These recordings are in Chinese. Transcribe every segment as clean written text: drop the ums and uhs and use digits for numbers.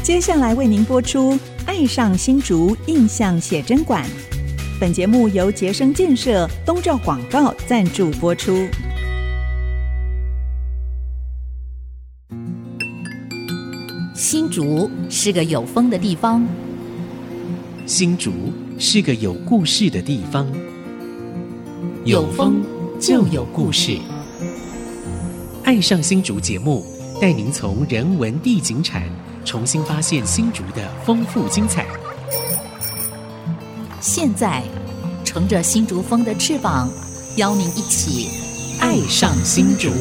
接下来为您播出《爱上新竹印象写真馆》。本节目由杰生建设东照广告赞助播出。 新竹是个有风的地方， 新竹是个有故事的地方，有风就有故事。爱上新竹节目带您从人文地景产重新发现新竹的丰富精彩。 现在乘着新竹风的翅膀，邀您一起爱上新竹。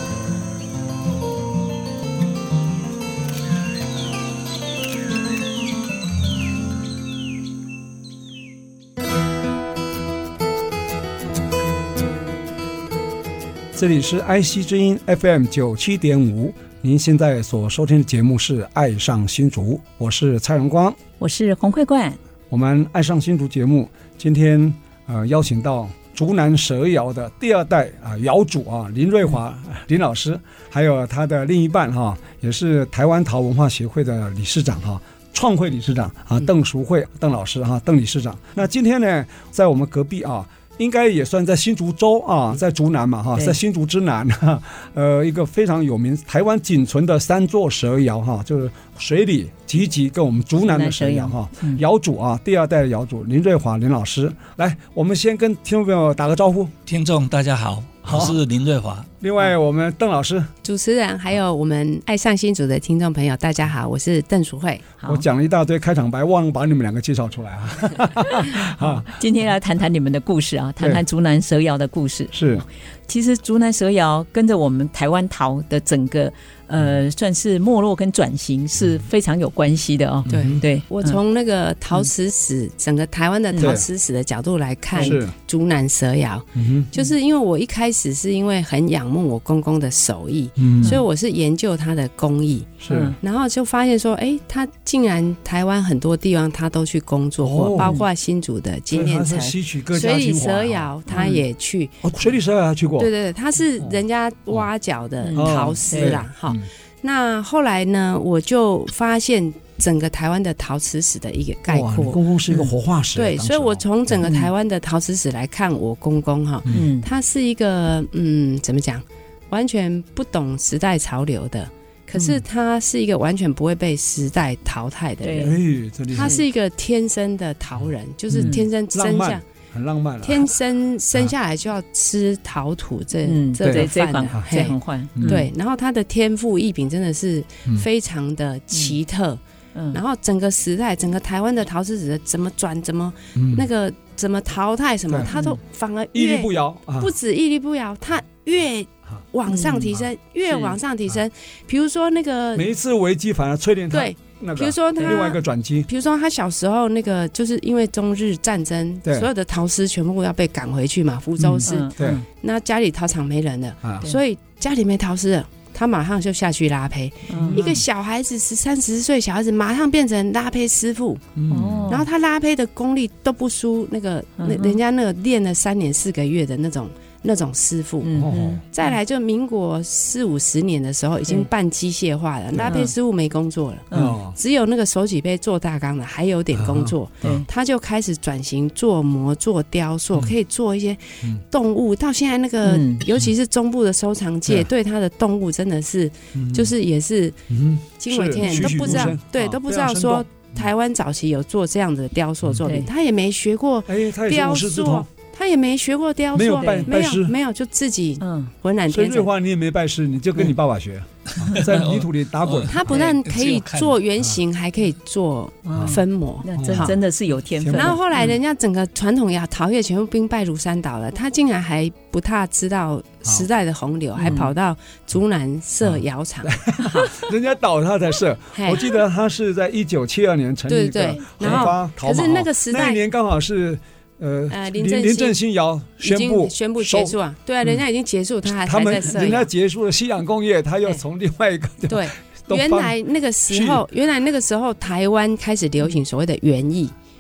这里是 IC 之音 FM 97.5，您现在所收听的节目是《爱上新竹》，我是蔡荣光， 我是洪慧冠。 我们《爱上新竹》节目今天邀请到竹南蛇窑的第二代窑主林瑞华林老师，还有他的另一半也是台湾陶文化协会的理事长创会理事长邓淑慧邓老师邓理事长。那今天呢，在我们隔壁应该也算在新竹州在竹南嘛在新竹之南一个非常有名台湾仅存的3座蛇窑就是水里、集集跟我们竹南的蛇窑窑主第二代的窑主林瑞华林老师。来，我们先跟听众朋友打个招呼。 听众大家好，我是林瑞华。 另外我们邓老师， 主持人还有我们爱上新竹的听众朋友大家好，我是邓淑慧。 我讲了一大堆开场白，忘了把你们两个介绍出来今天来谈谈你们的故事谈谈竹南蛇窑的故事。 是， 其实竹南蛇窑跟着我们台湾陶的整个算是没落跟转型是非常有关系的对， 我从那个陶瓷史整个台湾的陶瓷史的角度来看竹南蛇窑就是因为我一开始是因为很仰慕我公公的手艺所以我是研究他的工艺然后就发现说他竟然台湾很多地方他都去工作过包括新竹的金炼城水里蛇窑他也去水里蛇窑他去过对，他是人家挖角的陶师啦那后来呢我就发现整个台湾的陶瓷史的一个概括。 公公是一个活化石对，所以我从整个台湾的陶瓷史来看我公公他是一个怎么讲完全不懂时代潮流的，可是他是一个完全不会被时代淘汰的人他是一个天生的陶人就是天生生下很浪漫天生生下来就要吃陶土这个饭这很坏对，然后他的天赋异禀真的是非常的奇特然后整个时代整个台湾的陶瓷史怎么转怎么那个怎么淘汰什么他都反而屹立不摇不止屹立不摇他越往上提升越往上提升比如说那个每一次危机反而淬炼他对比如说他另外一个转机比如说他小时候那个就是因为中日战争所有的陶师全部要被赶回去嘛福州市对那家里陶厂没人了所以家里没陶师了他马上就下去拉坯一个小孩子13-14岁小孩子马上变成拉坯师傅然后他拉坯的功力都不输那个人家那个练了3年4个月的那种师傅再来就民国40-50年的时候已经半机械化了拉坯师傅没工作了只有那个手举杯做大缸的还有点工作他就开始转型做模做雕塑可以做一些动物到现在那个尤其是中部的收藏界对他的动物真的是就是也是惊为天人都不知道对都不知道说台湾早期有做这样的雕塑作品他也没学过雕塑他也没学过雕塑， 没有拜师， 没有就自己浑然天成。 所以瑞华你也没拜师，你就跟你爸爸学，在泥土里打滚。 他不但可以做原型，还可以做分模， 那真的是有天分。 然后后来人家整个传统陶业全部兵败如山倒了，他竟然还不太知道时代的洪流，还跑到竹南设窑厂。 人家倒他才设，我记得他是在1972年成立的红发陶可是那个时代那一年刚好是。林正新窑宣布结束啊，对啊，人家已经结束，他在设人家结束了西洋工业，他又从另外一个对，原来那个时候台湾开始流行所谓的园艺，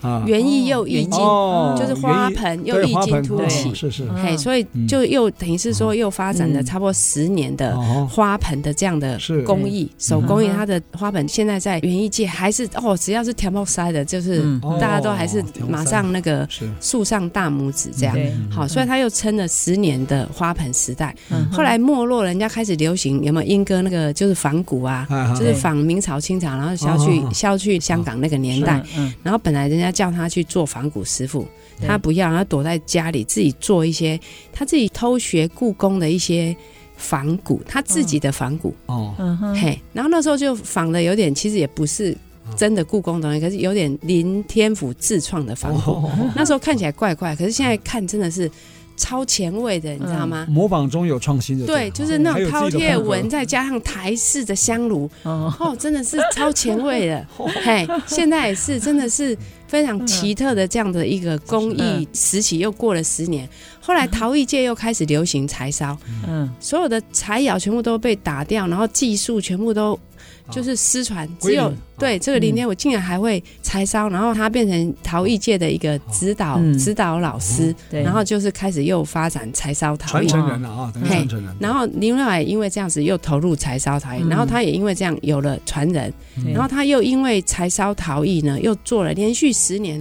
园艺又易经，就是花盆又易经突起， 是， 所以就又等于是说又发展了差不多10年的花盆的这样的工艺，手工艺。它的花盆现在在园艺界还是只要是甜泡塞的，就是大家都还是马上那个竖上大拇指这样。好，所以它又撑了10年的花盆时代。后来没落，人家开始流行有没有莺歌那个就是仿古啊，就是仿明朝清朝，然后销去香港那个年代，然后本来人家叫他去做仿古师傅，他不要，他躲在家里自己做一些，他自己偷学故宫的一些仿古，他自己的仿古然后那时候就仿的有点，其实也不是真的故宫东西，可是有点林天府自创的仿古，那时候看起来怪怪，可是现在看真的是超前卫的，你知道吗？ 模仿中有创新的， 对，就是那种饕餮纹，再加上台式的香炉，真的是超前卫的。现在也是，真的是非常奇特的这样的一个工艺时期，又过了10年。后来陶艺界又开始流行柴烧，所有的柴窑全部都被打掉，然后技术全部都就是失传，只有对这个林天我竟然还会柴烧，然后他变成陶艺界的一个指导老师，然后就是开始又发展柴烧陶艺， 传承人了啊，传承人。 然后林瑞华也因为这样子又投入柴烧陶艺，然后他也因为这样有了传人，然后他又因为柴烧陶艺呢，又做了连续10年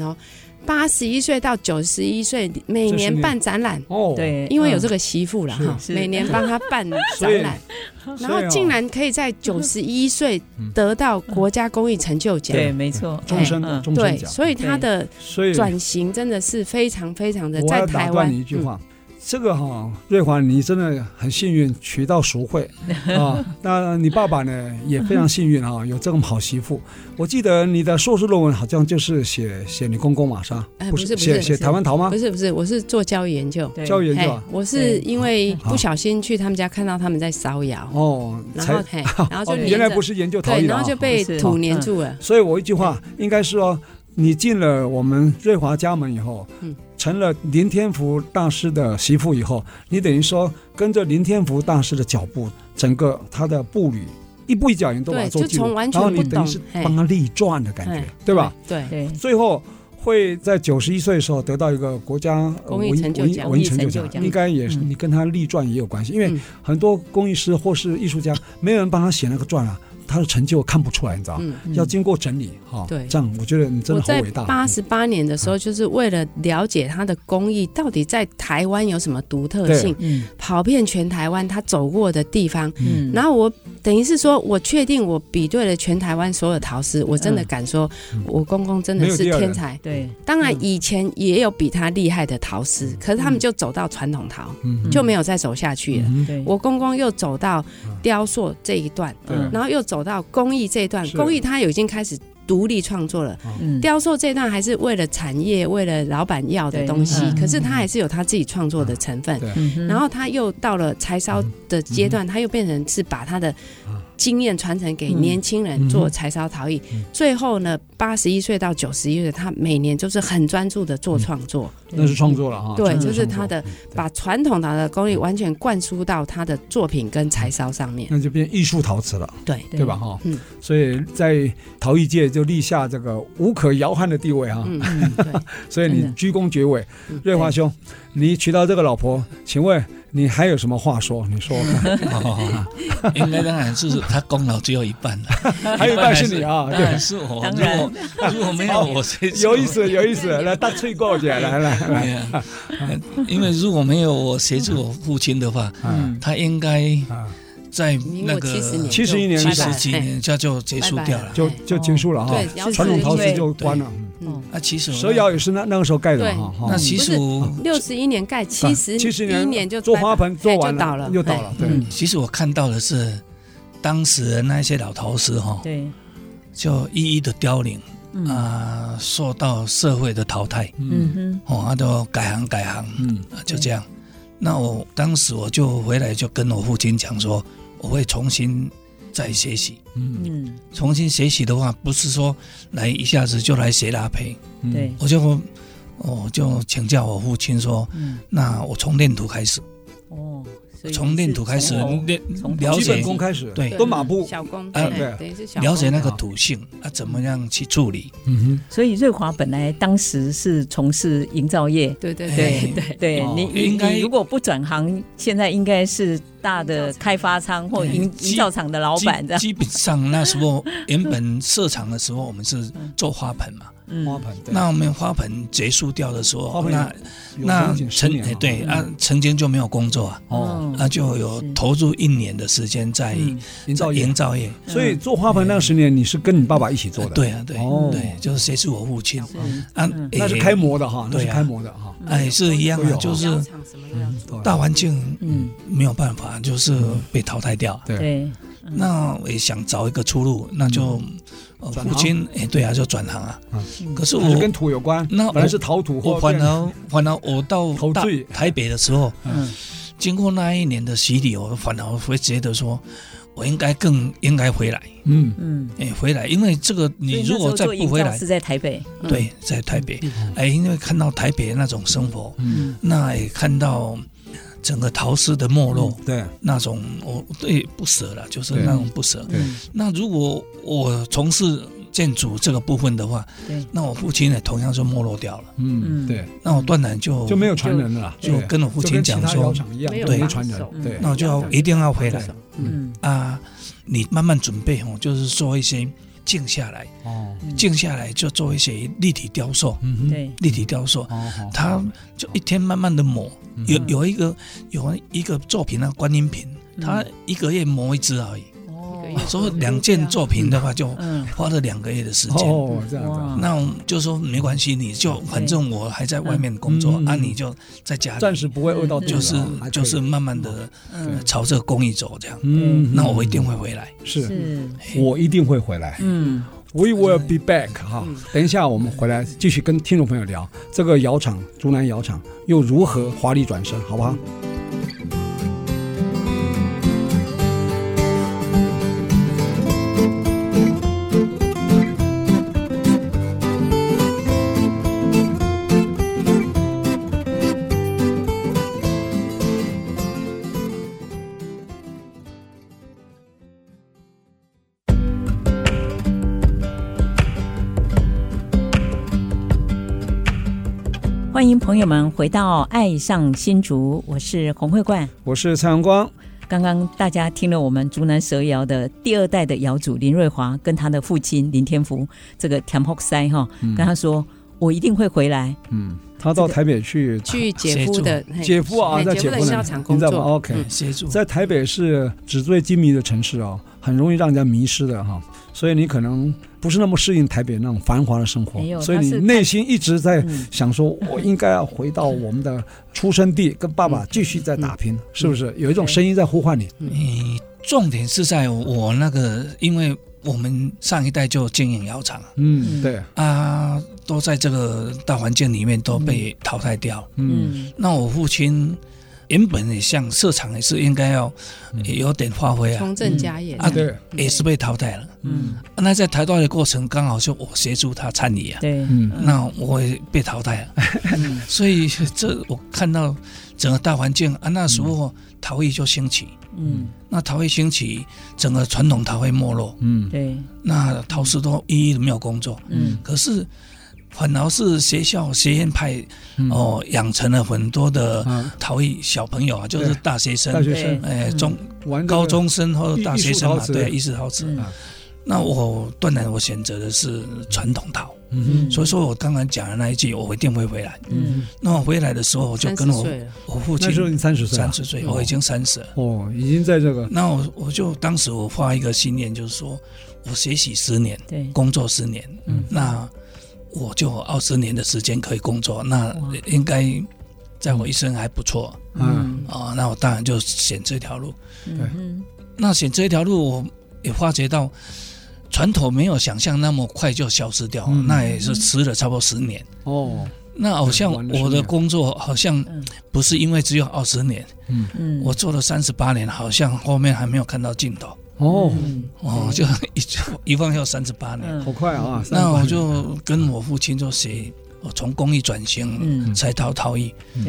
81岁到91岁每年办展览，对，因为有这个媳妇了哈，每年帮他办展览，然后竟然可以在91岁得到国家工艺成就奖， 对，没错， 终身奖。 对，所以他的转型真的是非常非常的在台湾。我要打断你一句话。这个瑞华你真的很幸运娶到淑慧那你爸爸呢也非常幸运有这种好媳妇。我记得你的硕士论文好像就是写你公公嘛，是吧？ 不是写台湾陶吗？ 不是，我是做教育研究。 教育研究我是因为不小心去他们家看到他们在烧窑然后就原来不是研究陶艺的， 然后就被土黏住了。 所以我一句话应该是说，你进了我们瑞华家门以后成了林天福大师的媳妇以后，你等于说跟着林天福大师的脚步，整个他的步履一步一脚印都把它做记录，然后你等于是帮他立传的感觉，对吧？ 对， 最后会在91岁的时候得到一个国家工艺成就奖， 文艺成就奖，应该也是你跟他立传也有关系，因为很多工艺师或是艺术家没有人帮他写那个传他的成就看不出来，你知道要经过整理对，这样我觉得你真的好伟大。 我在88年的时候，就是为了了解他的工艺到底在台湾有什么独特性，跑遍全台湾他走过的地方，然后我等于是说我确定我比对了全台湾所有陶师，我真的敢说我公公真的是天才。 对， 当然以前也有比他厉害的陶师，可是他们就走到传统陶，就没有再走下去了。我公公又走到雕塑这一段，然后又走到工艺这一段，工艺他已经开始独立创作了，雕塑这一段还是为了产业为了老板要的东西，可是他还是有他自己创作的成分，然后他又到了柴烧的阶段，他又变成是把他的经验传承给年轻人做柴烧陶艺，最后呢81岁到91岁他每年就是很专注的做创作， 那是创作了对，就是他的把传统陶的工艺完全灌输到他的作品跟柴烧上面， 那就变艺术陶瓷了，对吧所以在陶艺界就立下这个无可摇撼的地位所以你居功厥伟。瑞华兄，你娶到这个老婆，请问你还有什么话说？你说应该当然是他功劳只有一半了还有一半是你对，是我。如果没有我，谁有意思，来大吹过去，来。 因为如果没有我协助我父亲的话，他应该在那个 71年、 70几年就结束掉了， 就结束了传统陶瓷就关了。 其实蛇窑也是那个时候盖的那其实 61年盖，71年就做花盆做完了又倒了。对， 其实我看到的是当时的那些老陶师对，就一一的凋零受到社会的淘汰，他都改行，就这样。那我当时我就回来就跟我父亲讲说，我会重新再学习。重新学习的话，不是说来一下子就来学拉坯。对，我就请教我父亲说，那我从练土开始。 从练土开始，了基解本功开始， 对， 蹲马步， 小工， 对， 等于是小了解那个土性怎么样去处理。 所以瑞华本来当时是从事营造业，对，你如果不转行，现在应该是大的开发商或营造厂的老板这样。 基本上那时候原本设厂的时候，我们是做花盆嘛。 花盆， 那我们花盆结束掉的时候，那曾经就没有工作那就有投入1年的时间在营造业。 所以做花盆那10年，你是跟你爸爸一起做的？ 对啊，对，就是谁是我父亲那是开模的哈，那是开模的哈， 是一样的，就是大环境没有办法，就是被淘汰掉。 对， 那我也想找一个出路，那就。父亲对啊，就转行啊。可是我跟土有关， 那本来是陶土， 我反而我到台北的时候，经过那1年的洗礼，我反而会觉得说，我应该回来。回来，因为这个你如果再不回来， 是在台北。 对，在台北。因为看到台北那种生活，那也看到。整个陶瓷的没落， 对那种我不舍了，就是那种不舍。那如果我从事建筑这个部分的话，那我父亲也同样就没落掉了。 对。 那我断然就没有传人了， 就跟我父亲讲说， 对，没传人，对， 那我就一定要回来。你慢慢准备就是做一些。静下来就做一些立体雕塑，立体雕塑，他就一天慢慢的磨，有一个作品观音瓶，他1个月磨1只而已。所以2件作品的话，就花了2个月的时间。 这样子。 那就说没关系，你就反正我还在外面工作，你就在家里， 暂时不会饿到肚子， 就是慢慢的朝这个工艺走，这样。那我一定会回来。 是，我一定会回来。We will be back 哈。等一下我们回来继续跟听众朋友聊这个窑厂，竹南窑厂又如何华丽转身，好不好？ 欢迎朋友们回到爱上新竹，我是洪慧冠， 我是蔡阳光。 刚刚大家听了我们竹南蛇窑的第2代的窑主林瑞华跟他的父亲林天福这个田福塞跟他说我一定会回来。 他到台北去姐夫的姐夫啊，在姐夫的窑厂工作。 OK， 在台北是纸醉金迷的城市哦，很容易让人家迷失的哈。所以你可能不是那么适应台北那种繁华的生活，所以你内心一直在想说，我应该要回到我们的出生地，跟爸爸继续在打拼，是不是？有一种声音在呼唤你。 重点是在我那个，因为我们上一代就经营窑厂， 对都在这个大环境里面都被淘汰掉。那我父亲原本也像社厂也是应该要有点发挥重振家业对，也是被淘汰了。那在淘汰的过程刚好就我协助他参与那我也被淘汰了。所以这我看到整个大环境那时候陶艺就兴起。那陶艺兴起，整个传统陶艺没落。 对， 那陶师都一没有工作。可是反而是学校学院派养成了很多的陶艺小朋友就是大学生，高中生或大学生对，艺术陶瓷。那我断然我选择的是传统陶。所以说我刚刚讲的那一句，我一定会回来。那我回来的时候，我就跟我父亲， 那时候你30岁 ，30岁，我已经30了。 已经在这个。 那我就当时我画一个信念，就是说我学习10年，工作10年，那我就有20年的时间可以工作，那应该在我一生还不错。那我当然就选这条路。那选这条路，我也发觉到。传统没有想象那么快就消失掉，那也是迟了差不多10年。那好像我的工作好像不是因为只有20年，我做了38年，好像后面还没有看到尽头。就一放要38年， 好快啊！ 那我就跟我父亲就学，我从工艺转型，才陶艺。 对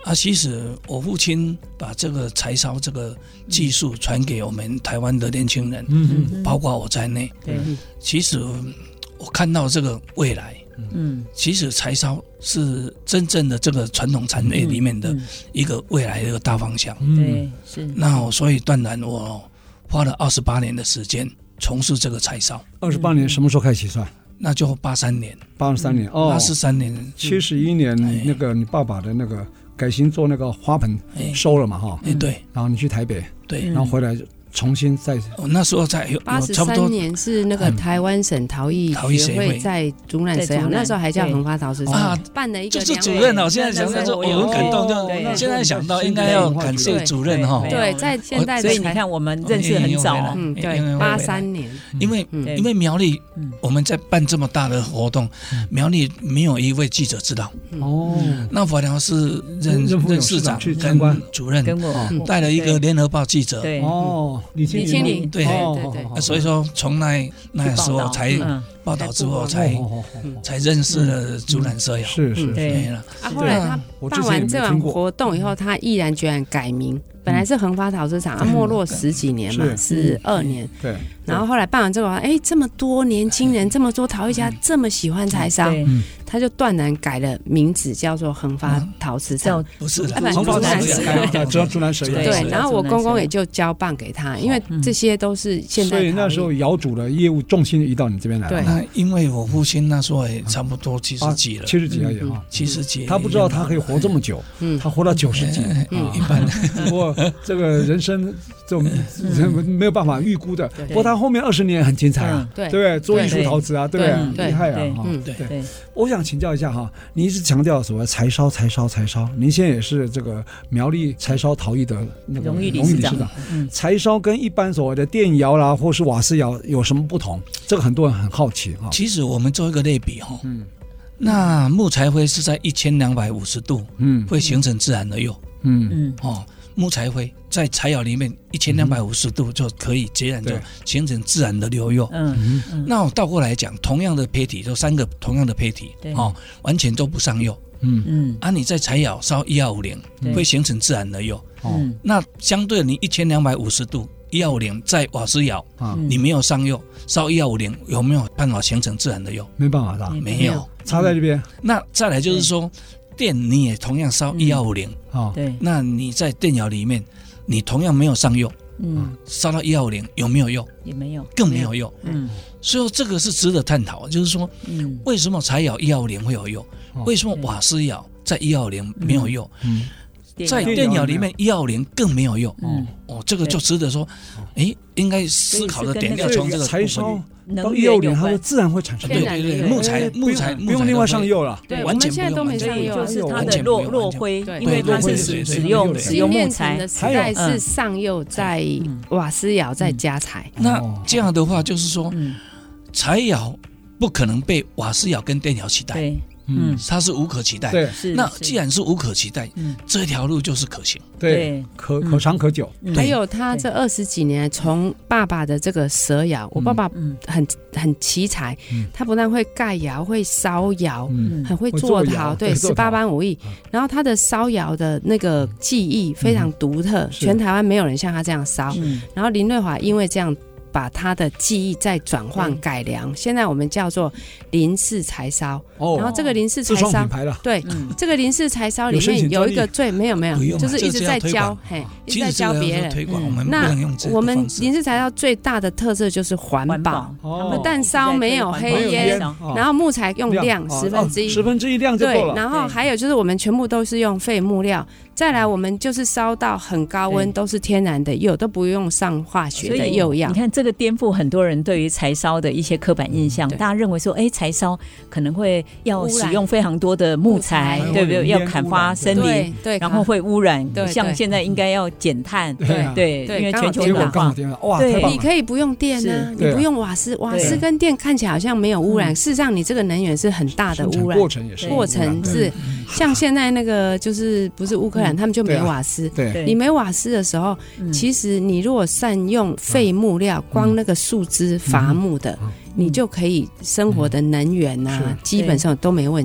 其实我父亲把这个柴烧这个技术传给我们台湾的年轻人，包括我在内。其实我看到这个未来，其实柴烧是真正的这个传统产业里面的一个未来的一个大方向。 对，是。 那所以断然我花了28年的时间从事这个柴烧。 28年什么时候开始算？ 那就83年。 83年哦 ，83年。 71年那个你爸爸的那个改型做那个花盆收了嘛哈？ 对。 然后你去台北， 对， 然后回来重新再。 那时候在 83年是那个台湾省陶艺协会在竹南蛇窑，那时候还叫恒发陶瓷厂办了一个。 就是主任哦，现在想到我很感动，就现在想到应该要感谢主任哈。 对，在现在所以你看我们认识很早， 对，83年。 因为苗栗我们在办这么大的活动，苗栗没有一位记者知道哦。那反而是任市长跟主任带了一个联合报记者哦。李清林对，所以说从那时候才报道之后才认识了竹南蛇窑。 是对了。后来他办完这场活动以后，他毅然决然改名，本来是恒发陶瓷厂，没落10几年嘛，12年。 对。 然后后来办完这个，这么多年轻人，这么多陶艺家这么喜欢柴烧，他就断然改了名字，叫做恒发陶瓷厂。 不是恒发陶瓷厂， 竹南蛇窑。 对，然后我公公也就交棒给他，因为这些都是现在。 所以那时候窑主的业务重心移到你这边来了。 对， 那因为我父亲那时候也差不多70几了 ，70几而已哈 ，70几。 他不知道他可以活这么久，他活到90几， 一般。 不过这个人生就没有办法预估的。不过他后面20年很精彩啊，对不对？做艺术陶瓷啊，对不对？厉害啊！对。我想请教一下哈，你一直强调所谓柴烧，您现在也是这个苗栗柴烧陶艺的那个荣誉理事长。柴烧跟一般所谓的电窑啦，或是瓦斯窑有什么不同？这个很多人很好奇哈。 其实我们做一个类比哈，那木材灰是在1250度，会形成自然的釉，木材灰在柴窑里面1250度就可以截然就形成自然的流釉。那我倒过来讲，同样的胚体，就3个同样的胚体，完全都不上釉。你在柴窑烧1250会形成自然的釉。那相对你1250度1250在瓦斯窑，你没有上釉，烧1250有没有办法形成自然的釉？ 没办法的， 没有， 差在这边。 那再来就是说。电你也同样烧1250， 对， 那你在电窑里面，你同样没有上釉，烧到1250有没有釉？ 也没有， 更没有釉。所以这个是值得探讨，就是说，为什么柴窑1250会有釉？为什么瓦斯窑在1250没有釉？在电窑里面1250更没有釉。这个就值得说，应该思考的点要从这个柴烧到1250，它就自然会产生。 对，木材不用另外上釉了， 对，完全现在都没上釉， 就是它的落灰，因为它是使用木材的时代是上釉，在瓦斯窑再加柴。 那这样的话，就是说，柴窑不可能被瓦斯窑跟电窑取代。它是无可取代。 对， 那既然是无可取代，这条路就是可行。 对，可长可久。 还有他这20几年，从爸爸的这个蛇窑，我爸爸很奇才，他不但会盖窑，会烧窑，很会做陶，对，18般武艺。然后他的烧窑的那个技艺非常独特，全台湾没有人像他这样烧。然后林瑞华因为这样。把他的技艺再转换改良，现在我们叫做林氏柴烧。然后这个林氏柴烧，对，这个林氏柴烧里面有一个没有，就是一直在教，一直在教别人。那我们林氏柴烧最大的特色就是环保，不但烧没有黑烟，然后木材用量1/10 量就够了。 对，然后还有就是我们全部都是用废木料。再来，我们就是烧到很高温，都是天然的釉，都不用上化学的釉药。 你看，这个颠覆很多人对于柴烧的一些刻板印象。大家认为说，柴烧可能会要使用非常多的木材，对不对？要砍伐森林，对，然后会污染。像现在应该要减碳，对，因为全球暖化。 对，你可以不用电啊，你不用瓦斯跟电看起来好像没有污染，事实上你这个能源是很大的污染。过程是像现在那个就是不是乌克兰。他们就没瓦斯，你没瓦斯的时候，其实你如果善用废木料，光那个树枝伐木的，你就可以生活的能源啊，基本上都没问题。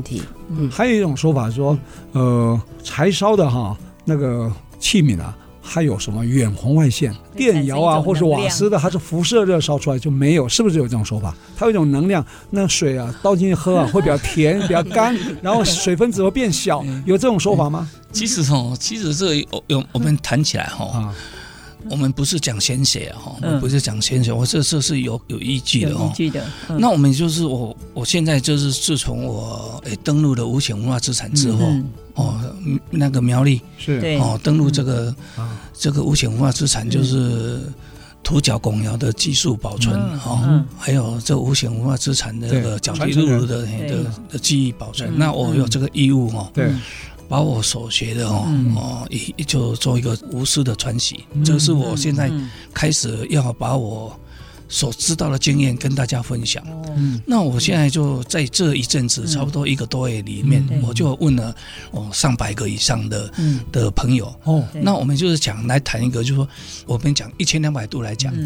还有一种说法说，柴烧的那个器皿啊，它有什么远红外线，电窑啊或是瓦斯的，它是辐射热烧出来就没有，是不是有这种说法？它有一种能量，那水啊倒进去喝啊会比较甜比较干，然后水分子会变小，有这种说法吗？ 其实这我们谈起来我们不是讲鲜血不是讲鲜血，我这是有依据的那我们就是我现在就是自从我登录了无形文化资产之后那个苗栗是登录这个无形文化资产，就是土角拱窑的技术保存还有这无形文化资产的这个角地露的技艺保存，那我有这个义务对。 把我所学的就做一个无私的传习，这是我现在开始要把我所知道的经验跟大家分享。那我现在就在这一阵子，差不多1个多月里面，我就问了上百个以上的朋友。那我们就是讲来谈一个，就是说我们讲1200度来讲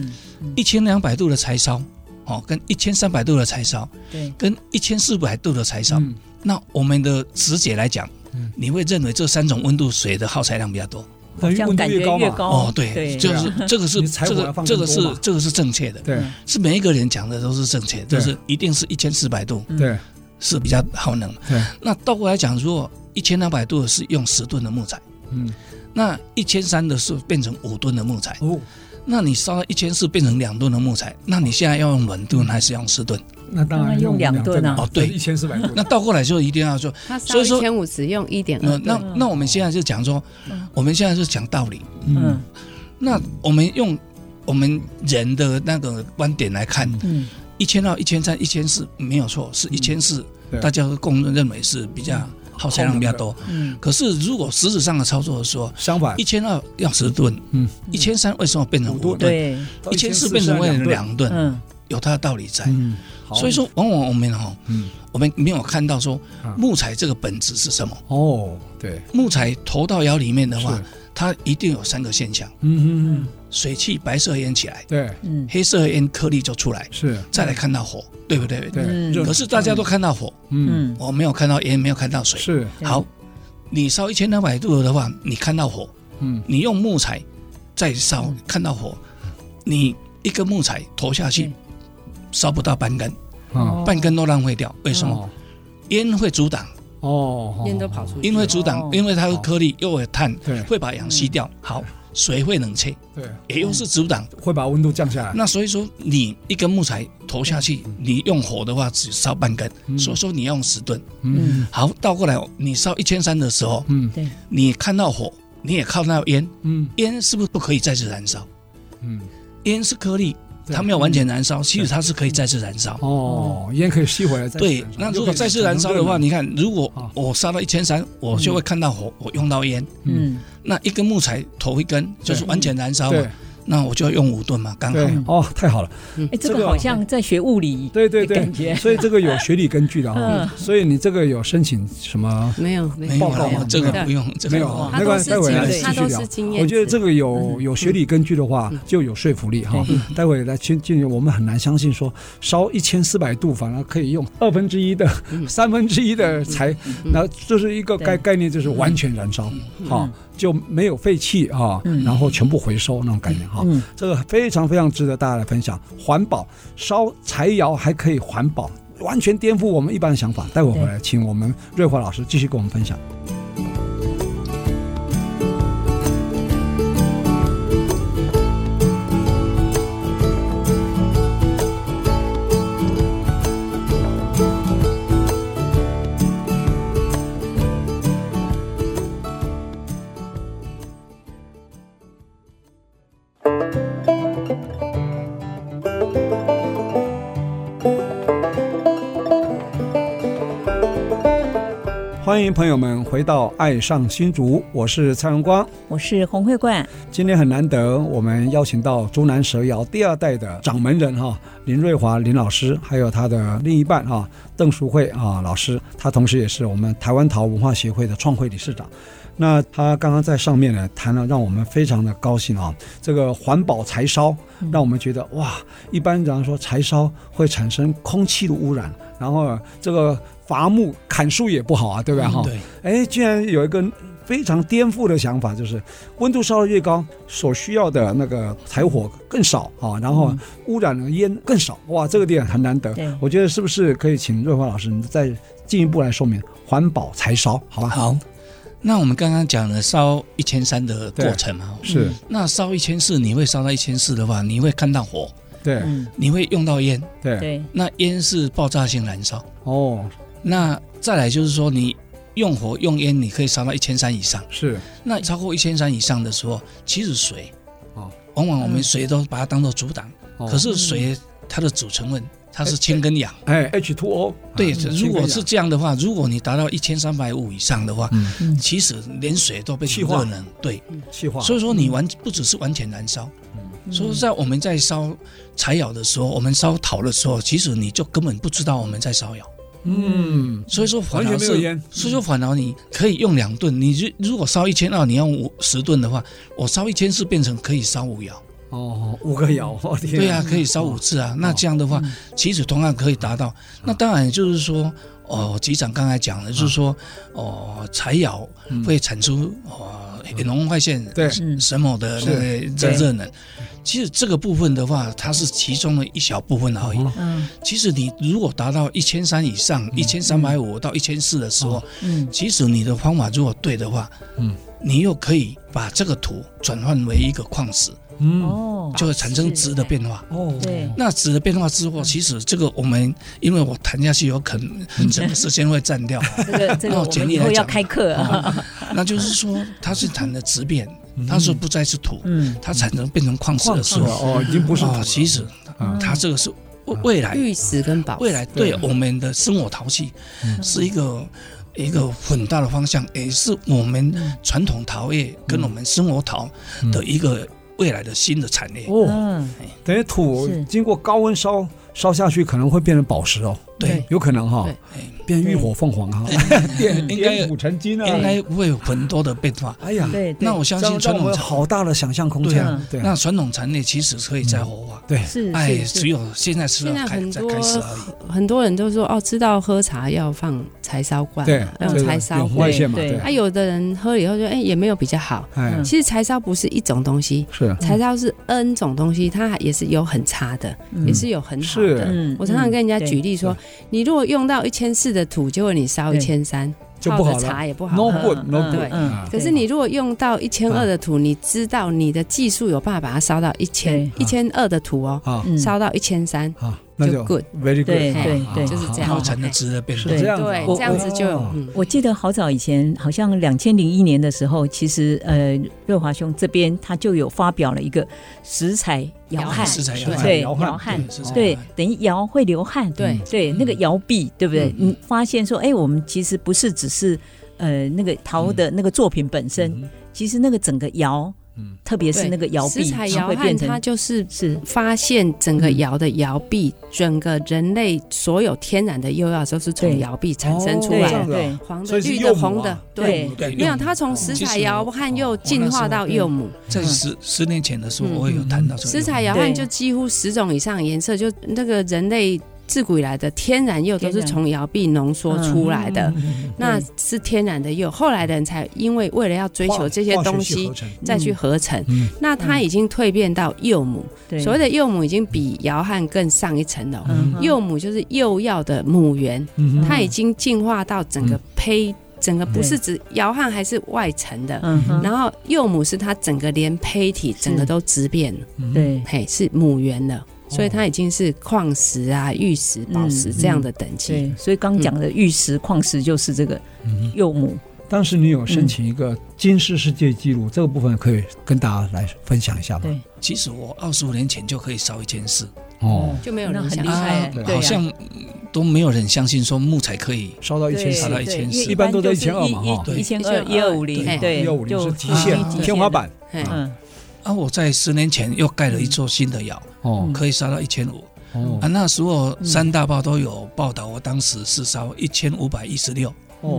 ，1200度的柴烧，跟1300度的柴烧，跟1400度的柴烧，那我们的直觉来讲。你会认为这3种温度水的耗材量比较多， 好像感觉越高对，就是这个是正确的， 对， 是每一个人讲的都是正确的，就是一定是1400度， 对， 是比较耗能。 对， 那倒过来讲，如果1200度是用10吨的木材，那1300的是变成5吨的木材，那你烧到1400变成2吨的木材，那你现在要用软吨还是用10吨？ 那当然用2吨啊。 对 ，1400度。 那倒过来就一定要说， 所以说1500用1.2吨。 那我们现在就讲说，我们现在是讲道理。那我们用我们人的那个观点来看，1200、1300、1400没有错，是1400，大家都共认为是比较。耗材量比较多，可是如果实质上的操作的时候， 相反 ，1200要10吨，1300为什么变成5吨？1400变成2吨，有它的道理在。所以说，往往我们没有看到说木材这个本质是什么。 对， 木材投到窑里面的话，它一定有3个现象。水汽白色烟起来， 对， 黑色烟颗粒就出来， 是， 再来看到火，对不对？ 对。 可是大家都看到火，我没有看到烟，没有看到水。 是。 好，你烧1200度的话，你看到火，你用木材再烧，看到火，你一根木材投下去，烧不到半根，半根都浪费掉。为什么？烟会阻挡。 烟都跑出去。 烟会阻挡，因为它的颗粒又有碳，会把氧吸掉。好。水会冷却， 对， 也又是阻挡， 会把温度降下来。 那所以说，你一根木材投下去，你用火的话只烧半根，所以说你要用10吨。好，倒过来，你烧1300的时候， 对， 你看到火，你也看到烟，烟是不是不可以再次燃烧？烟是颗粒。它没有完全燃烧，其实它是可以再次燃烧。 烟可以吸回来。 对，那如果再次燃烧的话，你看，如果我烧到1300，我就会看到火，我用到烟。那一根木材投一根，就是完全燃烧嘛。那我就要用5吨嘛，刚好。太好了。 这个好像在学物理。 对，感觉。所以这个有学理根据的所以你这个有申请什么？ 没有报告吗？ 这个不用， 没有。没关系，待会来继续聊。我觉得这个有学理根据的话，就有说服力哈。待会来进入，我们很难相信说烧1400度反而可以用1/2的、1/3的柴，那就是一个概念，就是完全燃烧，就没有废气然后全部回收那种概念。这个非常非常值得大家来分享。环保，烧柴窑还可以环保，完全颠覆我们一般的想法。待会回来，请我们瑞华老师继续跟我们分享。欢迎朋友们回到爱上新竹，我是蔡荣光， 我是洪慧冠。 今天很难得，我们邀请到竹南蛇窑第2代的掌门人林瑞华林老师，还有他的另一半邓淑慧老师，他同时也是我们台湾陶文化协会的创会理事长。那他刚刚在上面呢谈了，让我们非常的高兴这个环保柴烧，让我们觉得哇，一般人说柴烧会产生空气的污染， 然后这个伐木砍树也不好啊，对不对哈？对，居然有一个非常颠覆的想法，就是温度烧得越高，所需要的那个柴火更少啊，然后污染的烟更少。哇，这个点很难得。我觉得是不是可以请瑞华老师你再进一步来说明环保柴烧，好吧？ 好。那我们刚刚讲了烧1300的过程嘛， 是。 那烧1400，你会烧到1400的话，你会看到火， 对， 你会用到烟， 对。 那烟是爆炸性燃烧哦。 那再来就是说，你用火用烟，你可以烧到1300以上， 是。 那超过1300以上的时候，其实水，往往我们水都把它当做阻挡，可是水它的主成分。它是氢跟氧 ，H2O。 对，如果是这样的话，如果你达到1350以上的话，其实连水都被气化能，对， 气化。 所以说你不只是完全燃烧，所以在我们在烧柴窑的时候，我们烧陶的时候，其实你就根本不知道我们在烧窑。所以说完全没有烟。 所以说反而你可以用2吨，你如果烧1200，你用10吨的话，我烧1400变成可以烧5窑。 5个窑， 对啊，可以烧5次啊。那这样的话，其实同样可以达到。那当然就是说，局长刚才讲的，就是说，柴窑会产出红外线什么的那个热能。其实这个部分的话，它是其中的一小部分而已。其实你如果达到1300以上，1350到1400的时候，其实你的方法如果对的话，你又可以把这个土转换为一个矿石。就会产生质的变化。 对， 那质的变化之后，其实这个我们因为我谈下去有可能整个时间会占掉。 这个我们以后要开课啊。 那就是说，它是产的质变，它是不再是土，它产生变成矿石的时候， 已经不是土。 其实它这个是未来玉石跟宝石， 未来对我们的生活陶器是一个很大的方向，也是我们传统陶业跟我们生活陶的一个未来的新的产业。 等于土经过高温烧下去，可能会变成宝石哦。 对， 有可能哈，变浴火凤凰哈，变古成金啊， 应该会有很多的变化。 哎呀， 对， 那我相信传统好大的想象空间。 对，那传统产业其实可以再活化。 对， 是， 只有现在是在开始而已。 很多人都说知道喝茶要放柴烧罐， 对， 用柴烧罐嘛。对， 有的人喝了以后就也没有比较好。其实柴烧不是一种东西， 是柴烧是 N 种东西，它也是有很差的，也是有很好的。我常常跟人家举例说，你如果用到1400的土，结果你烧1300， 就不好了， 茶也不好喝。No good， 对。可是你如果用到1200的土，你知道你的技术有办法把它烧到1200的土烧到1300。 那就 good， very good， 对，就是这样。 高产的质的变化， 这样对，这样子就我记得好早以前，好像2001年的时候，其实瑞华兄这边他就有发表了一个石材窑焊，对，窑焊，对，等于窑会流汗，对，那个窑壁，对不对？你发现说，我们其实不是只是那个陶的那个作品本身，其实那个整个窑。特别是那个窑壁， 石材窑焊它就是发现整个窑的窑壁，整个人类所有天然的釉药都是从窑壁产生出来的，对，黄的、绿的、红的，对，没有，它从石材窑焊又进化到釉母。 在10年前的时候，我也有谈到这个石材窑焊就几乎10种以上的颜色，就那个人类。自古以来的天然釉都是从窑壁浓缩出来的，那是天然的釉。后来的人才因为了要追求这些东西，再去合成。那它已经蜕变到釉母，所谓的釉母已经比窑焊更上一层楼。釉母就是釉药的母源，它已经进化到整个整个不是指窑焊还是外层的，然后釉母是它整个连胚体整个都质变了，对，是母源了。所以它已经是矿石啊、玉石、宝石这样的等级。 所以刚讲的玉石、矿石就是这个釉母。 当时你有申请一个金氏世界纪录，这个部分可以跟大家来分享一下吗？ 对，其实我25年前就可以烧1400， 就没有人很厉害， 好像都没有人相信说木材可以烧到 1400， 一般都在1200嘛 ，1200、1250，对 ，1250是极限天花板。 我在10年前又盖了一座新的窑，可以烧到1500。那时候3大报都有报道，我当时是烧1516。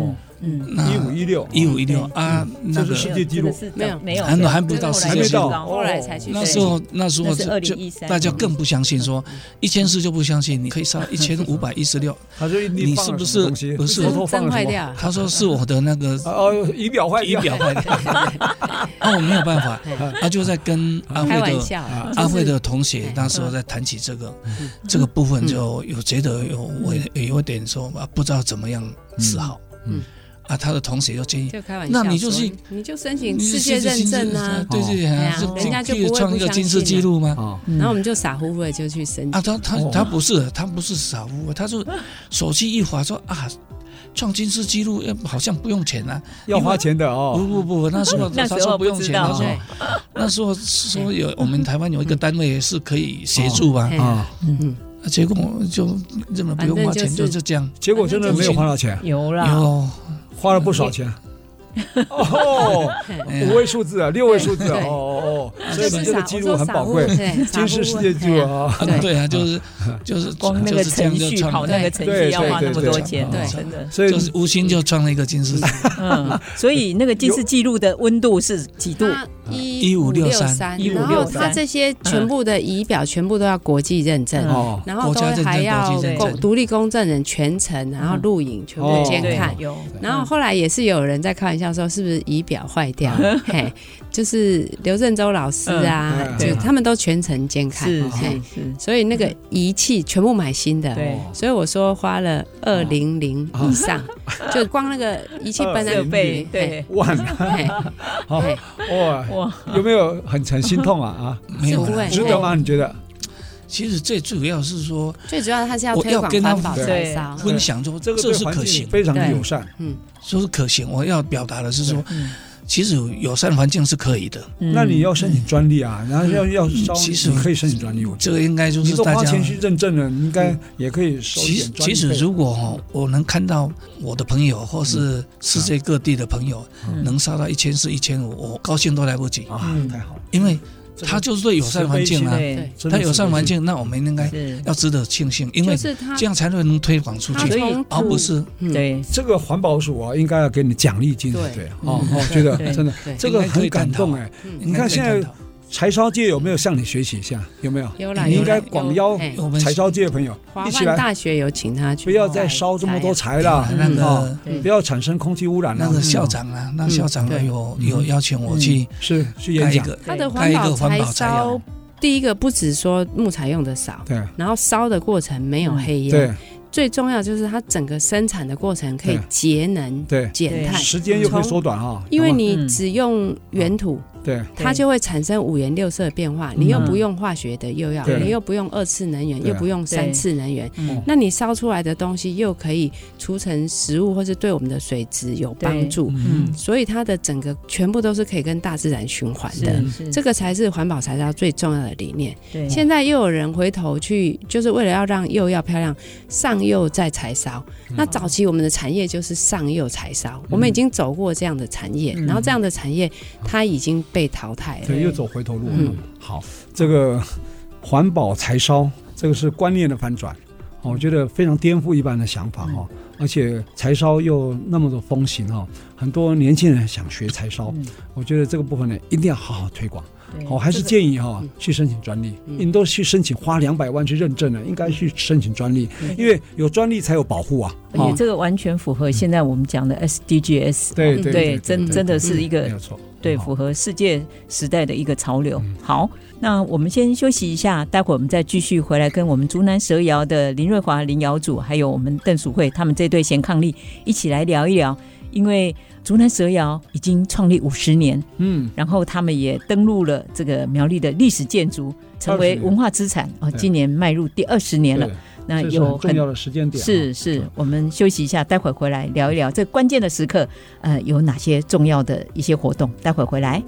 1516啊，那个世界纪录没有， 还不到世界纪录， 后来才去。 那时候就大家更不相信，说1400就不相信，你可以烧1516， 他说你是不是不是灯坏掉？ 他说是我的那个仪表坏掉， 我没有办法，他就在跟阿慧的同学那时候在谈起这个部分，就有觉得有点说不知道怎么样是好。他的同学就建议，那你就申请世界认证啊， 对， 人家就不会创一个金氏纪录吗？ 然后我们就傻乎乎的就去申请。 他不是傻乎乎，他就手机一滑说创金氏纪录好像不用钱啊， 要花钱的哦。 不，那时候他说不用钱，他说那时候说我们台湾有一个单位是可以协助啊。结果就认为不用花钱，就这样。 结果真的没有花到钱， 有啦， 花了不少钱。5位数字啊，6位数字啊，所以你这个记录很宝贵，金氏世界纪录啊。 对啊，就是光那个程序跑那个程序要花那么多钱，对，真的， 所以就是无心就创了一个金氏。 所以那个金氏纪录的温度是几度 ？1563，然后它这些全部的仪表全部都要国际认证，然后都还要独立公证人全程，然后录影全部监看，然后后来也是有人在开玩笑说是不是仪表坏掉？就是刘振洲老师啊，就他们都全程监看，所以那个仪器全部买新的，所以我说花了200以上，就光那个仪器本来对万，哇，有没有很心痛啊？ 没有， 值得吗？你觉得？ 其实最主要是说， 它是要推广环保柴烧， 分享说这是可行， 非常的友善， 说是可行。我要表达的是说，其实友善环境是可以的。 那你要申请专利啊，然后要烧，其实你可以申请专利。 这个应该就是大家你都花钱去认证了，你应该也可以收一点专利费。 其实如果我能看到我的朋友或是世界各地的朋友能烧到1400、1500，我高兴都来不及啊！太好了， 因为他就是对友善环境啊，他友善环境，那我们应该要值得庆幸，因为这样才会能推广出去，而不是对这个环保署啊，应该要给你奖励金，对觉得真的这个很感动哎。你看现在柴烧界有没有向你学习一下？有没有？ 有啦， 你应该广邀柴烧界的朋友一起来。 大学有请他去， 不要再烧这么多柴了，不要产生空气污染了。 那个校长啊，那校长有邀请我去演讲。 他的环保柴烧，第一个不只说木材用的少， 对， 然后烧的过程没有黑烟， 对。 最重要就是它整个生产的过程可以节能、减碳， 时间又可以缩短因为你只用原土，它就会产生5颜6色的变化，你又不用化学的又要，你又不用2次能源，又不用3次能源，那你烧出来的东西又可以储成食物，或是对我们的水质有帮助，所以它的整个全部都是可以跟大自然循环的，这个才是环保材料最重要的理念。现在又有人回头去，就是为了要让釉要漂亮，上釉再柴烧。那早期我们的产业就是上釉柴烧，我们已经走过这样的产业，然后这样的产业它已经被淘汰了， 对，又走回头路。好，这个环保柴烧，这个是观念的翻转，我觉得非常颠覆一般的想法而且柴烧又那么的风行很多年轻人想学柴烧，我觉得这个部分呢一定要好好推广。还是建议去申请专利，你都去申请花200万去认证了，应该去申请专利，因为有专利才有保护啊。 而且这个完全符合现在我们讲的 SDGs， 对，真的是一个没有错， 对，符合世界时代的一个潮流。好，那我们先休息一下，待会儿我们再继续回来跟我们竹南蛇窑的林瑞华林窑主，还有我们邓淑慧他们这对贤伉俪一起来聊一聊，因为竹南蛇窑已经创立50年，然后他们也登录了这个苗栗的历史建筑，成为文化资产今年迈入第20年了。那有很重要的时间点， 是，我们休息一下，待会回来聊一聊这关键的时刻，有哪些重要的一些活动，待会回来。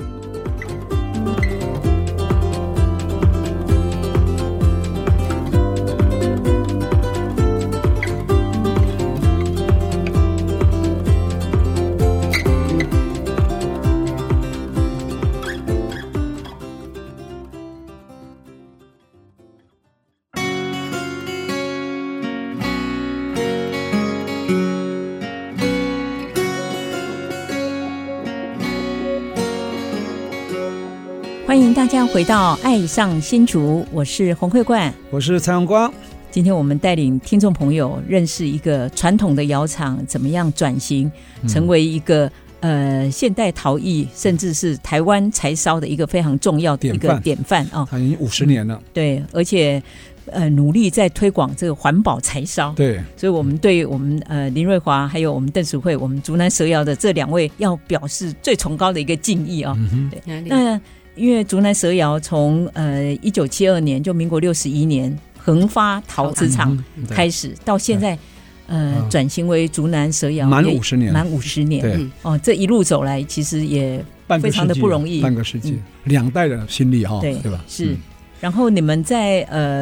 大家回到爱上新竹，我是洪慧冠， 我是蔡荣光。 今天我们带领听众朋友认识一个传统的窑厂怎么样转型成为一个现代陶艺，甚至是台湾柴烧的一个非常重要的一个典范啊！ 它已经50年了， 对，而且努力在推广这个环保柴烧。 对， 所以我们对我们林瑞华还有我们邓淑慧，我们竹南蛇窑的这2位要表示最崇高的一个敬意啊！对，那因为竹南蛇窑从1972年就民国61年恒发陶瓷厂开始，到现在转型为竹南蛇窑满50年， 满50年。 对， 这一路走来，其实也非常的不容易， 半个世纪，2代的心力哈，对吧？ 是。然后你们在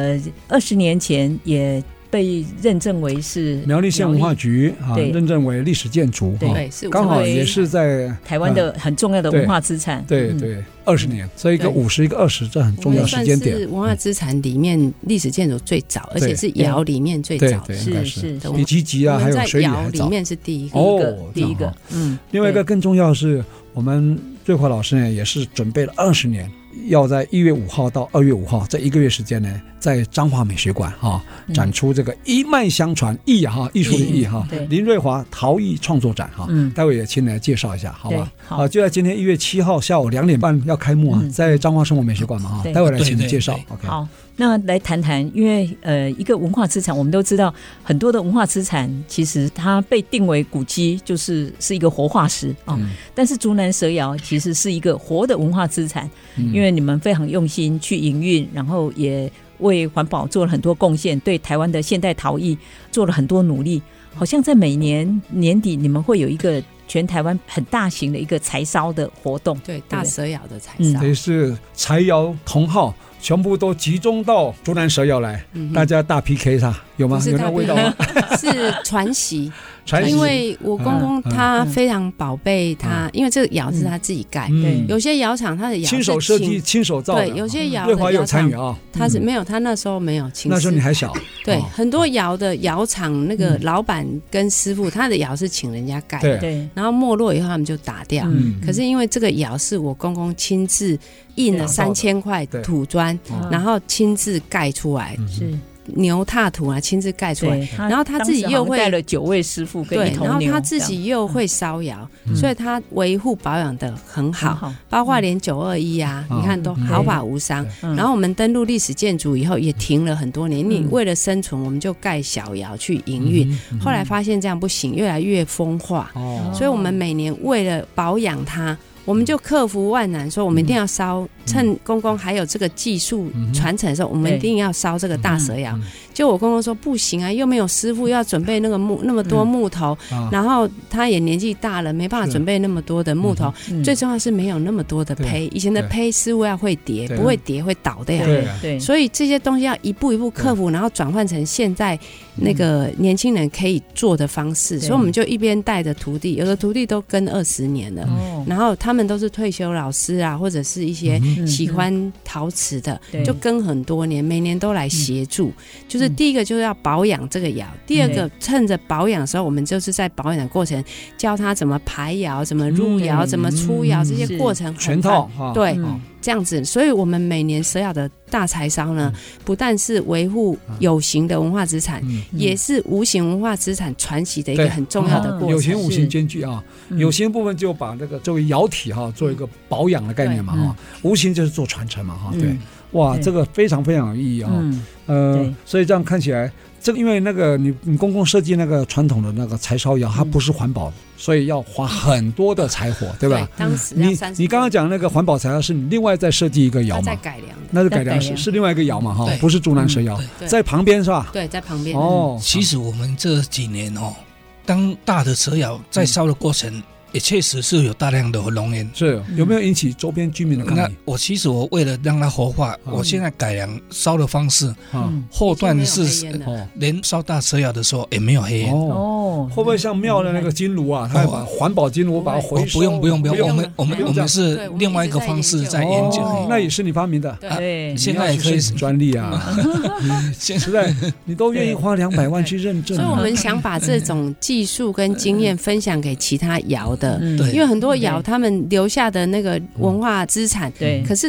20年前也被认证为是苗栗县文化局认证为历史建筑， 对， 刚好也是在台湾的很重要的文化资产。 对对，20年，所以一个50，一个20，这很重要时间点。 是文化资产里面历史建筑最早，而且是窑里面最早的， 是比集集啊，还有水里还早。 里面是第一个。 另外一个更重要的是，我们瑞华老师呢也是准备了20年。要在1月5号到2月5号这1个月时间呢，在彰化美学馆展出这个一脉相传艺术的艺林瑞华陶艺创作展待会也请你来介绍一下，好吧？好，就在今天1月7号下午2点半要开幕在彰化生活美学馆嘛待会来请你介绍。OK， 好。那来谈谈，因为一个文化资产，我们都知道很多的文化资产其实它被定为古迹，是一个活化石但是竹南蛇窑其实是一个活的文化资产，因为你们非常用心去营运，然后也为环保做了很多贡献，对台湾的现代陶艺做了很多努力。好像在每年年底你们会有一个全台湾很大型的一个柴烧的活动， 对，大蛇窑的柴烧， 也是柴窑同好全部都集中到竹南蛇窑来，大家大 PK 它有吗？有那味道吗？ 是传习。因为我公公他非常宝贝他，因为这个窑是他自己盖，有些窑厂他的窑亲手设计、亲手造的， 对，有些窑瑞华有参与他是没有，他那时候没有亲自。 那时候你还小， 对，很多窑的窑厂那个老板跟师傅，他的窑是请人家盖的，对，然后没落以后他们就打掉。可是因为这个窑是我公公亲自印了3000块土砖，然后亲自盖出来，是。牛踏土亲自盖出来，然后他自己又会带了9位师傅跟一头牛， 然后他自己又会烧窑，所以他维护保养的很好，包括连921你看都毫发无伤。然后我们登陆历史建筑以后也停了很多年，你为了生存我们就盖小窑去营运，后来发现这样不行，越来越风化，所以我们每年为了保养它，我们就克服万难，说我们一定要烧，趁公公还有这个技术传承的时候，我们一定要烧这个大蛇窑。就我公公说不行啊，又没有师傅要准备那么多木头，然后他也年纪大了，没办法准备那么多的木头，最重要是没有那么多的胚，以前的胚师傅要会叠，不会叠会倒掉，对，所以这些东西要一步一步克服，然后转换成现在那个年轻人可以做的方式，所以我们就一边带着徒弟，有的徒弟都跟20年了，然后他们都是退休老师啊，或者是一些喜欢陶瓷的，就跟很多年，每年都来协助。就是第一个就是要保养这个窑，第二个趁着保养的时候，我们就是在保养的过程教他怎么排窑、怎么入窑、怎么出窑，这些过程全套， 对。这样子，所以我们每年蛇窑的大柴烧呢，不但是维护有形的文化资产，也是无形文化资产传习的一个很重要的过程。 有形无形兼具有形部分就把那个作为窑体做一个保养的概念嘛无形就是做传承嘛对，哇，这个非常非常有意义所以这样看起来。这个因为那个你公共设计那个传统的那个柴烧窑，它不是环保，所以要花很多的柴火，对吧？ 对，当时你刚刚讲那个环保柴窑是你另外再设计一个窑嘛？ 再改良的， 那是改良是另外一个窑嘛不是竹南蛇窑，在旁边是吧？ 对，在旁边。 其实我们这几年当大的蛇窑在烧的过程。也确实是有大量的浓烟， 是有没有引起周边居民的抗议？ 我其实我为了让它活化，我现在改良烧的方式，后段是连烧大蛇窑的时候也没有黑烟会不会像庙的那个金炉它把环保金炉把它回收？ 不用，我们是另外一个方式在研究， 那也是你发明的， 对， 现在也可以专利现在你都愿意花200万去认证， 所以我们想把这种技术跟经验分享给其他窑的。因为很多窑他们留下的那个文化资产，可是他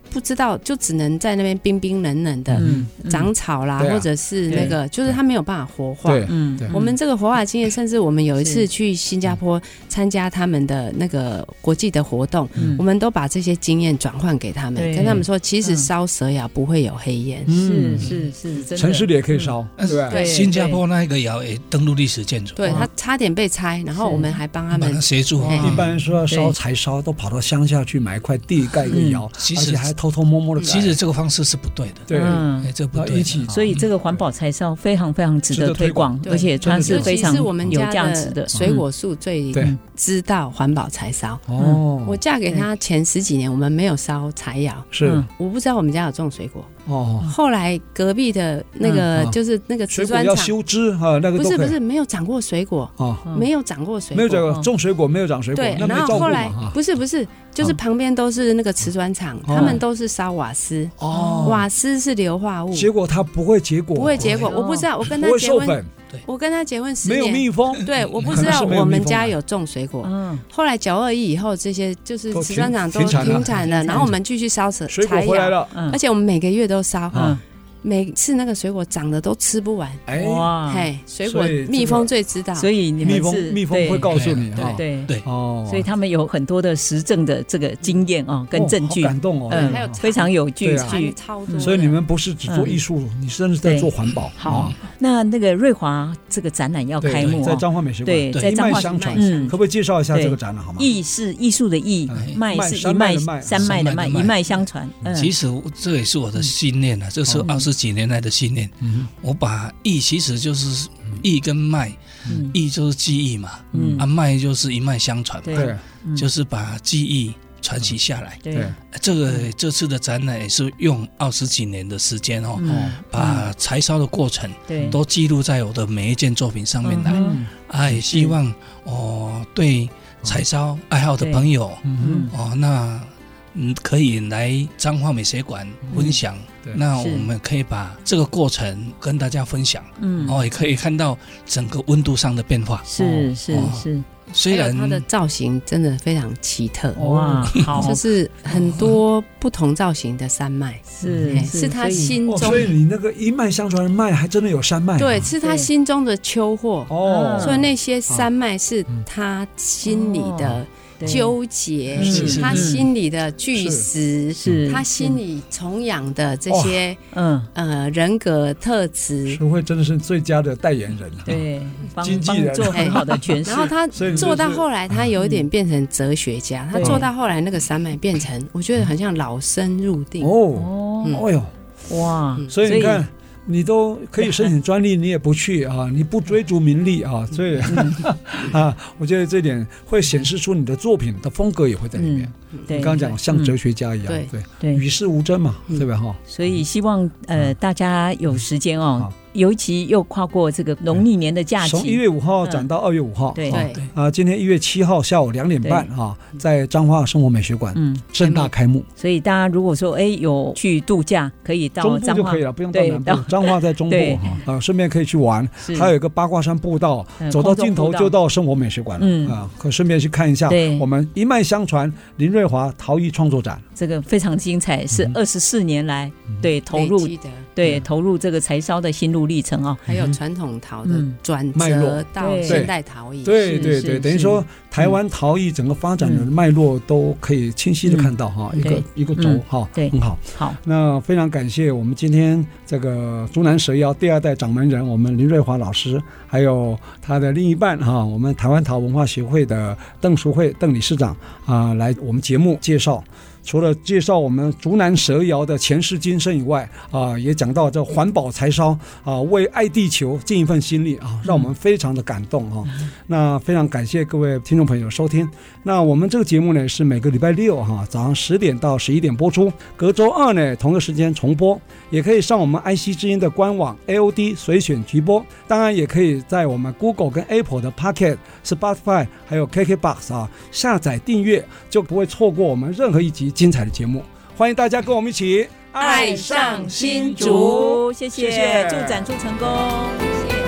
不知道，就只能在那边冰冰冷冷的长草啦，或者是那个，就是它没有办法活化。我们这个活化经验，甚至我们有一次去新加坡参加他们的那个国际的活动，我们都把这些经验转换给他们，跟他们说，其实烧蛇窑不会有黑烟， 是，真的。 城市里也可以烧，对。 新加坡那个窑也登录历史建筑， 对，它差点被拆，然后我们还帮他们协助。 一般人说要烧柴烧，都跑到乡下去买一块地盖一个窑，而且还偷偷摸摸的。 其实这个方式是不对的， 对， 这不对。 所以这个环保柴烧非常非常值得推广，而且它是非常有价值的。 水果树最知道环保柴烧。我嫁给他前10几年，我们没有烧柴窑， 是我不知道我们家有种水果。后来隔壁的那个就是那个瓷砖厂要修枝哈，那个不是没有长过水果没有长过水果， 没有长过种水果没有长水果。 对，然后后来不是就是旁边都是那个瓷砖厂，他们都是烧瓦斯，瓦斯是硫化物， 结果它不会结果， 我不知道，我跟他结婚。我跟他结婚10年， 没有蜜蜂。 对，我不知道我们家有种水果。后来921以后，这些就是瓷砖厂都停产了，然后我们继续烧柴窑，而且我们每个月都烧。每次那个水果长得都吃不完，哇！水果蜜蜂最知道， 所以你们是蜜蜂会告诉你， 对，所以他们有很多的实证的这个经验跟证据， 好感动还有非常有据， 超多。 所以你们不是只做艺术，你真的是在做环保。 好，那个瑞华这个展览要开幕， 在彰化美术馆， 对，在彰化相传，可不可以介绍一下这个展览好吗？ 艺是艺术的艺，脉是一脉山脉的脉，一脉相传。 其实这也是我的信念啊，这是20几年来的信念。我把艺其实就是艺跟脉，艺就是记忆嘛，脉就是一脉相传嘛，就是把记忆传承下来。 对， 这次的展览也是用20几年的时间把柴烧的过程都记录在我的每一件作品上面来。也希望对柴烧爱好的朋友那可以来彰化美学馆分享。那我们可以把这个过程跟大家分享，也可以看到整个温度上的变化。 是。 虽然它的造型真的非常奇特，哇，好，就是很多不同造型的山脉，是他心中， 所以你那个一脉相传的脉还真的有山脉， 对，是他心中的秋货所以那些山脉是他心里的纠结，他心里的巨石，是他心里崇仰的这些人格特质。 淑慧真的是最佳的代言人， 对，经纪人做很好的诠释。 然后他做到后来，他有一点变成哲学家。他做到后来，那个山脉变成，我觉得很像老僧入定。 哎呦，哇！所以你看。你都可以申请专利，你也不去啊，你不追逐名利啊，所以我觉得这点会显示出你的作品的风格也会在里面。你刚刚讲像哲学家一样，对，与世无争嘛，对吧？ 所以希望大家有时间尤其又跨过这个农历年的假期， 从1月5号展到2月5号，对今天1月7号下午2点半在彰化生活美学馆盛大开幕。 所以大家如果说有去度假，可以到彰化中部就可以了，不用到南部。彰化在中部顺便可以去玩，还有一个八卦山步道，走到尽头就到生活美学馆了可顺便去看一下我们一脉相传林瑞华陶艺创作展， 这个非常精彩，是24年来投入这个柴烧的心路历程还有传统陶的转折到现代陶艺， 对，等于说台湾陶艺整个发展的脉络都可以清晰的看到一个轴很好。那非常感谢我们今天这个竹南蛇窑第2代掌门人我们林瑞华老师，还有他的另一半我们台湾陶文化协会的邓淑慧邓理事长来我们节目介绍。除了介绍我们竹南蛇窑的前世今生以外也讲到这环保柴烧为爱地球尽一份心力让我们非常的感动那非常感谢各位听众朋友收听。那我们这个节目呢是每个礼拜六早上10点到11点播出，隔周2呢同个时间重播，也可以上我们爱惜之音的官网 AOD 随选直播，当然也可以在我们 Google 跟 Apple 的 Pocket、Spotify 还有 KKBOX 下载订阅，就不会错过我们任何一集精彩的节目。欢迎大家跟我们一起爱上新竹， 谢谢，祝展出成功，谢谢。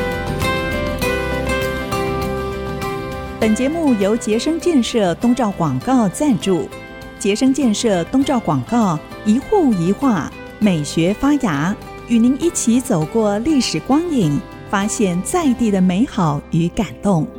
本节目由杰生建设东兆广告赞助， 杰生建设东照广告，一户一画，美学发芽，与您一起走过历史光影，发现在地的美好与感动。